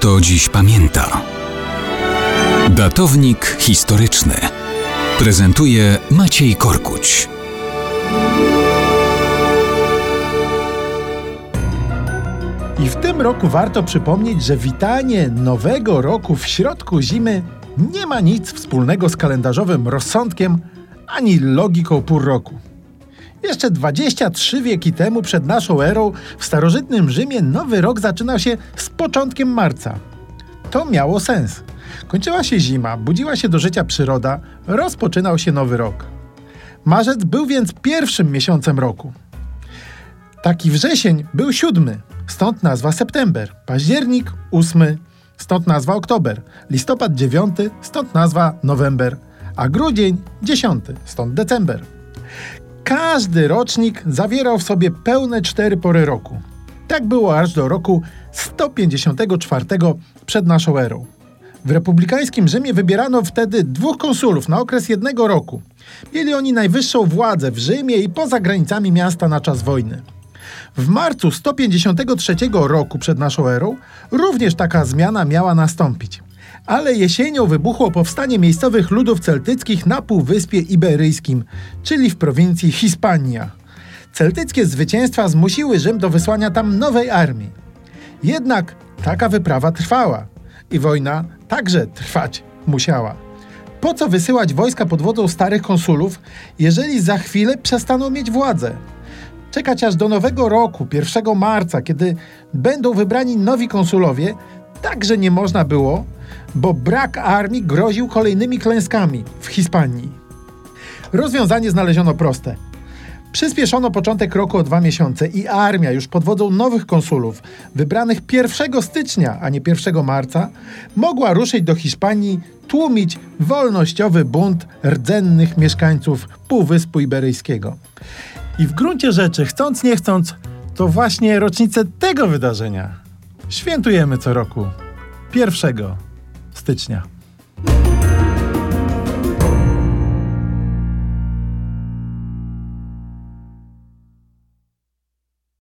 Kto dziś pamięta? Datownik historyczny prezentuje Maciej Korkuć. I w tym roku warto przypomnieć, że witanie nowego roku w środku zimy nie ma nic wspólnego z kalendarzowym rozsądkiem ani logiką pór roku. Jeszcze 23 wieki temu, przed naszą erą, w starożytnym Rzymie nowy rok zaczynał się z początkiem marca. To miało sens. Kończyła się zima, budziła się do życia przyroda, rozpoczynał się nowy rok. Marzec był więc pierwszym miesiącem roku. Taki wrzesień był 7, stąd nazwa september, październik 8, stąd nazwa oktober, listopad 9, stąd nazwa nowember, a grudzień 10, stąd december. Każdy rocznik zawierał w sobie pełne 4 pory roku. Tak było aż do roku 154 przed naszą erą. W republikańskim Rzymie wybierano wtedy 2 konsulów na okres 1 roku. Mieli oni najwyższą władzę w Rzymie i poza granicami miasta na czas wojny. W marcu 153 roku przed naszą erą również taka zmiana miała nastąpić. Ale jesienią wybuchło powstanie miejscowych ludów celtyckich na Półwyspie Iberyjskim, czyli w prowincji Hispania. Celtyckie zwycięstwa zmusiły Rzym do wysłania tam nowej armii. Jednak taka wyprawa trwała i wojna także trwać musiała. Po co wysyłać wojska pod wodzą starych konsulów, jeżeli za chwilę przestaną mieć władzę? Czekać aż do nowego roku, 1 marca, kiedy będą wybrani nowi konsulowie, także nie można było, bo brak armii groził kolejnymi klęskami w Hiszpanii. Rozwiązanie znaleziono proste. Przyspieszono początek roku o 2 miesiące i armia już pod wodzą nowych konsulów, wybranych 1 stycznia, a nie 1 marca, mogła ruszyć do Hiszpanii, tłumić wolnościowy bunt rdzennych mieszkańców Półwyspu Iberyjskiego. I w gruncie rzeczy, chcąc nie chcąc, to właśnie rocznicę tego wydarzenia świętujemy co roku 1 stycznia.